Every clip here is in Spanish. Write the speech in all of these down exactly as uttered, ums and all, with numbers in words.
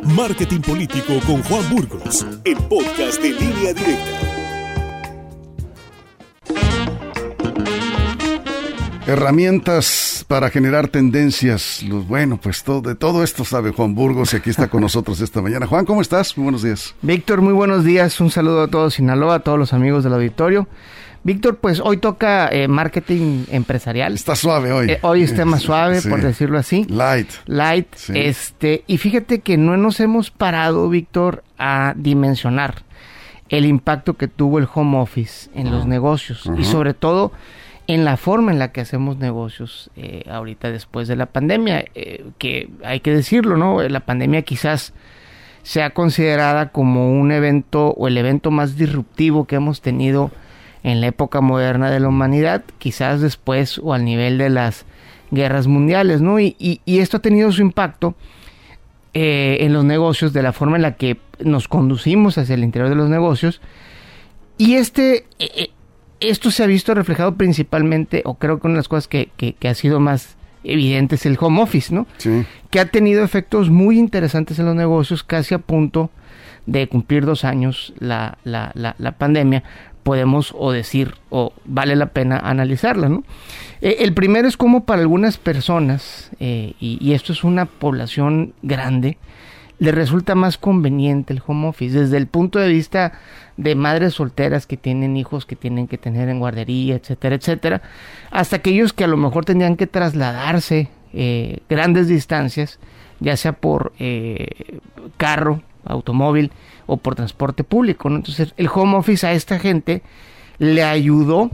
Marketing Político con Juan Burgos, el podcast de Línea Directa. Herramientas para generar tendencias. Bueno, pues todo, de todo esto sabe Juan Burgos y aquí está con nosotros esta mañana. Juan, ¿cómo estás? Muy buenos días. Víctor, muy buenos días. Un saludo a todos Sinaloa, a todos los amigos del auditorio. Víctor, pues hoy toca eh, marketing empresarial. Está suave hoy. Eh, hoy es tema suave, sí, por decirlo así. Light. Light. Sí. Este, y fíjate que no nos hemos parado, Víctor, a dimensionar el impacto que tuvo el home office en uh-huh. los negocios. Uh-huh. Y sobre todo en la forma en la que hacemos negocios eh, ahorita después de la pandemia, eh, que hay que decirlo, ¿no? La pandemia quizás sea considerada como un evento o el evento más disruptivo que hemos tenido en la época moderna de la humanidad, quizás después o al nivel de las guerras mundiales, ¿no? Y, y, y esto ha tenido su impacto eh, en los negocios, de la forma en la que nos conducimos hacia el interior de los negocios, y este... Eh, Esto se ha visto reflejado principalmente, o creo que una de las cosas que, que, que ha sido más evidente es el home office, ¿no? Sí. Que ha tenido efectos muy interesantes en los negocios, casi a punto de cumplir dos años la, la, la, la pandemia, podemos o decir, o vale la pena analizarla, ¿no? Eh, el primero es cómo para algunas personas, eh, y, y esto es una población grande, le resulta más conveniente el home office, desde el punto de vista de madres solteras que tienen hijos que tienen que tener en guardería, etcétera, etcétera, hasta aquellos que a lo mejor tendrían que trasladarse eh, grandes distancias, ya sea por eh, carro, automóvil o por transporte público, ¿no? Entonces el home office a esta gente le ayudó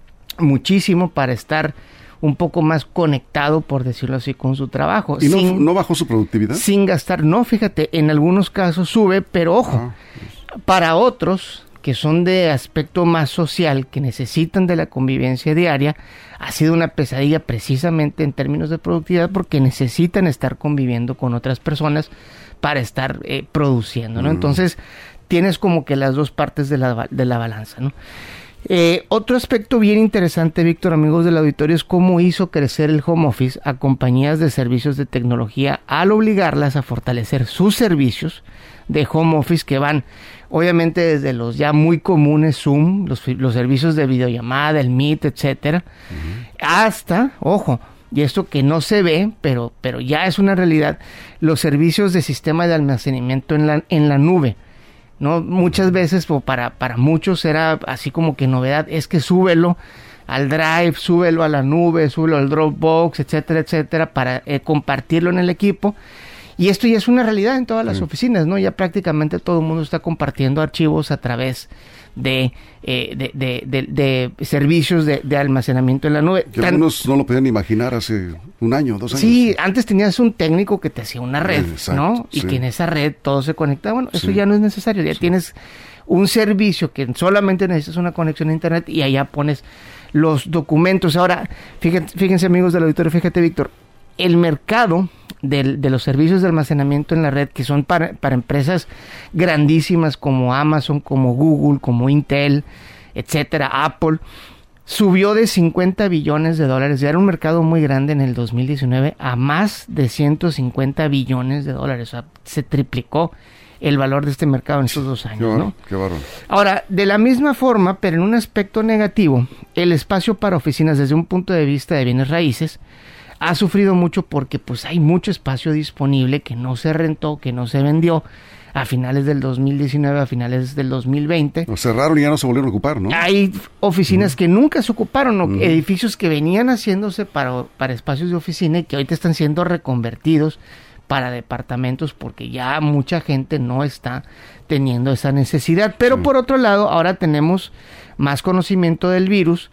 muchísimo para estar un poco más conectado, por decirlo así, con su trabajo. ¿Y no, sin, no bajó su productividad? Sin gastar, no, fíjate, en algunos casos sube, pero ojo, ah, pues. Para otros que son de aspecto más social, que necesitan de la convivencia diaria, ha sido una pesadilla precisamente en términos de productividad, porque necesitan estar conviviendo con otras personas para estar eh, produciendo, ¿no? Mm. Entonces, tienes como que las dos partes de la, de la balanza, ¿no? Eh, otro aspecto bien interesante, Víctor, amigos del auditorio, es cómo hizo crecer el home office a compañías de servicios de tecnología al obligarlas a fortalecer sus servicios de home office, que van obviamente desde los ya muy comunes Zoom, los, los servicios de videollamada, el Meet, etcétera, uh-huh. hasta, ojo, y esto que no se ve, pero, pero ya es una realidad, los servicios de sistema de almacenamiento en la, en la nube. No, muchas veces o para, para muchos era así como que novedad, es que súbelo al Drive, súbelo a la nube, súbelo al Dropbox, etcétera, etcétera, para eh, compartirlo en el equipo. Y esto ya es una realidad en todas las sí. oficinas, ¿no? Ya prácticamente todo el mundo está compartiendo archivos a través de, eh, de, de, de, de servicios de, de almacenamiento en la nube. Que Tan, algunos no lo podían imaginar hace un año, dos años. Sí, antes tenías un técnico que te hacía una red, exacto, ¿no? Y sí. que en esa red todo se conectaba. Bueno, eso sí. ya no es necesario, ya sí. tienes un servicio que solamente necesitas una conexión a internet y allá pones los documentos. Ahora, fíjense, fíjense amigos del auditorio, fíjate, Víctor, el mercado de, de los servicios de almacenamiento en la red, que son para, para empresas grandísimas como Amazon, como Google, como Intel, etcétera, Apple, subió de cincuenta billones de dólares, ya era un mercado muy grande en el dos mil diecinueve, a más de ciento cincuenta billones de dólares, o sea, se triplicó el valor de este mercado en estos dos años, qué ¿no? Qué bárbaro. Ahora, de la misma forma, pero en un aspecto negativo, el espacio para oficinas desde un punto de vista de bienes raíces ha sufrido mucho porque pues hay mucho espacio disponible que no se rentó, que no se vendió a finales del dos mil diecinueve, a finales del dos mil veinte. Lo cerraron y ya no se volvieron a ocupar, ¿no? Hay oficinas uh-huh. que nunca se ocuparon, ¿no? Uh-huh. Edificios que venían haciéndose para, para espacios de oficina y que ahorita están siendo reconvertidos para departamentos porque ya mucha gente no está teniendo esa necesidad. Pero uh-huh. por otro lado, ahora tenemos más conocimiento del virus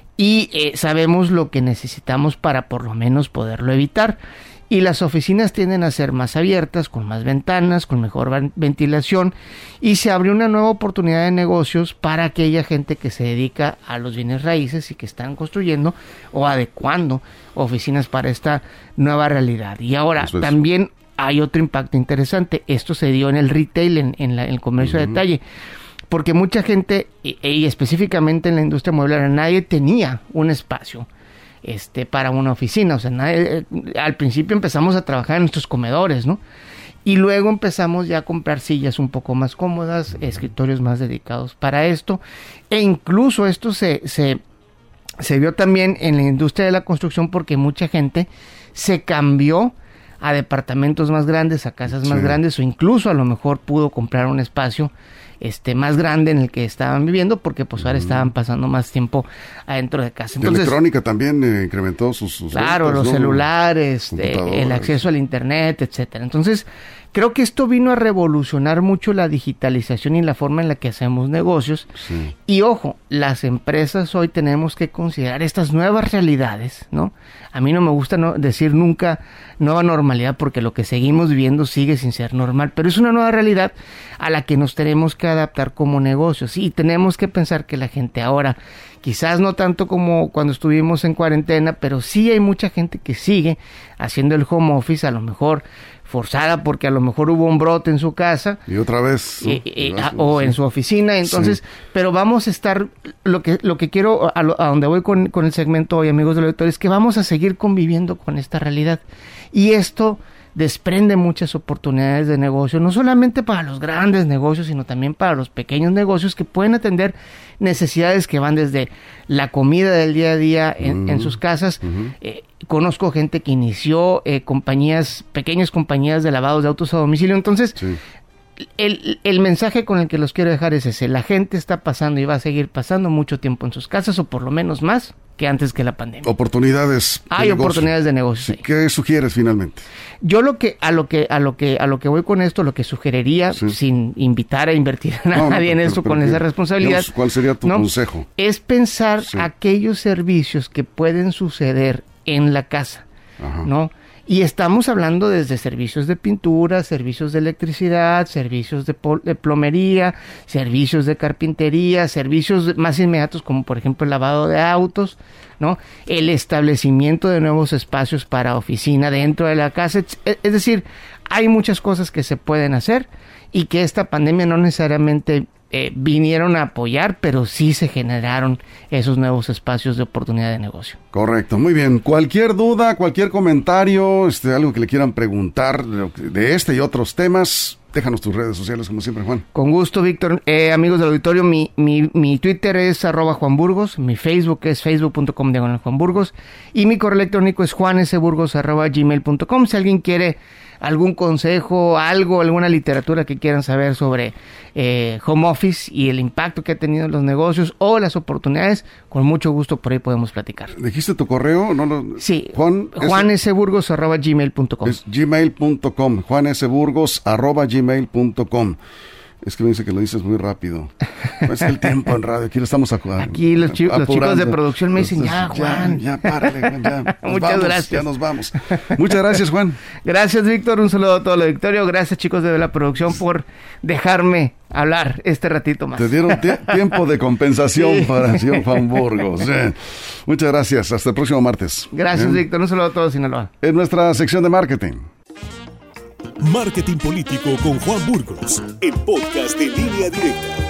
y eh, sabemos lo que necesitamos para por lo menos poderlo evitar. Y las oficinas tienden a ser más abiertas, con más ventanas, con mejor ventilación, y se abre una nueva oportunidad de negocios para aquella gente que se dedica a los bienes raíces y que están construyendo o adecuando oficinas para esta nueva realidad. Y ahora es. también hay otro impacto interesante. Esto se dio en el retail, en, en, la, en el comercio uh-huh. de detalle, porque mucha gente, y, y específicamente en la industria mueblera, nadie tenía un espacio este para una oficina. O sea, nadie, al principio empezamos a trabajar en nuestros comedores, ¿no? Y luego empezamos ya a comprar sillas un poco más cómodas, escritorios más dedicados para esto. E incluso esto se, se, se vio también en la industria de la construcción porque mucha gente se cambió a departamentos más grandes, a casas más sí. grandes, o incluso a lo mejor pudo comprar un espacio este más grande en el que estaban viviendo porque pues ahora mm. estaban pasando más tiempo adentro de casa. Entonces, la electrónica también eh, incrementó sus, sus claro, ventas, los ¿no? celulares, eh, el acceso al internet, etcétera. Entonces, creo que esto vino a revolucionar mucho la digitalización y la forma en la que hacemos negocios. Sí. Y ojo, las empresas hoy tenemos que considerar estas nuevas realidades, ¿no? A mí no me gusta no decir nunca nueva normalidad porque lo que seguimos viviendo sigue sin ser normal, pero es una nueva realidad a la que nos tenemos que adaptar como negocios y tenemos que pensar que la gente ahora, quizás no tanto como cuando estuvimos en cuarentena, pero sí hay mucha gente que sigue haciendo el home office, a lo mejor forzada porque a lo mejor hubo un brote en su casa y otra vez y, y, a, o sí. en su oficina, entonces, sí. pero vamos a estar, lo que lo que quiero, a, lo, a donde voy con, con el segmento hoy, amigos del auditorio, es que vamos a seguir conviviendo con esta realidad y esto desprende muchas oportunidades de negocio, no solamente para los grandes negocios, sino también para los pequeños negocios que pueden atender necesidades que van desde la comida del día a día en, uh-huh. en sus casas. Uh-huh. Eh, conozco gente que inició eh, compañías, pequeñas compañías de lavados de autos a domicilio, entonces... Sí. El, el mensaje con el que los quiero dejar es ese: la gente está pasando y va a seguir pasando mucho tiempo en sus casas, o por lo menos más que antes que la pandemia. Oportunidades. Hay oportunidades de negocio. Sí. ¿Qué sugieres finalmente? Yo lo que a lo que a lo que a lo que voy con esto, lo que sugeriría, sí. sin invitar a invertir a no, nadie no, en esto con esa responsabilidad, digamos, ¿cuál sería tu ¿no? consejo? Es pensar sí. aquellos servicios que pueden suceder en la casa, Ajá. ¿no? Y estamos hablando desde servicios de pintura, servicios de electricidad, servicios de, pol- de plomería, servicios de carpintería, servicios más inmediatos como por ejemplo el lavado de autos, ¿no? El establecimiento de nuevos espacios para oficina dentro de la casa. Es decir, hay muchas cosas que se pueden hacer y que esta pandemia no necesariamente eh, vinieron a apoyar, pero sí se generaron esos nuevos espacios de oportunidad de negocio. Correcto, muy bien. Cualquier duda, cualquier comentario, este, algo que le quieran preguntar de este y otros temas, déjanos tus redes sociales como siempre, Juan. Con gusto, Víctor. Eh, amigos del auditorio, mi, mi, mi Twitter es arroba Juan Burgos, mi Facebook es facebook punto com diagonal Juan Burgos y mi correo electrónico es juanesburgos arroba gmail punto com. Si alguien quiere algún consejo, algo, alguna literatura que quieran saber sobre eh, home office y el impacto que ha tenido en los negocios o las oportunidades, con mucho gusto por ahí podemos platicar. ¿Dijiste tu correo? No, no. Sí, Juan juanesburgos arroba gmail punto com. Es gmail punto com, juanesburgos arroba gmail punto com. Es que me dice que lo dices muy rápido. Es el tiempo en radio, aquí lo estamos acordando. Aquí los, chi- los chicos de producción me dicen, ya, Juan. Ya, ya, párale, Juan, ya. Nos Muchas vamos, gracias. Ya nos vamos. Muchas gracias, Juan. Gracias, Víctor. Un saludo a todo el auditorio. Gracias, chicos de la producción, por dejarme hablar este ratito más. Te dieron t- tiempo de compensación sí. para el señor Juan Burgos. Eh. Muchas gracias. Hasta el próximo martes. Gracias, ¿Eh? Víctor. Un saludo a todos, Sinaloa. En nuestra sección de marketing. Marketing Político con Juan Burgos, el podcast de Línea Directa.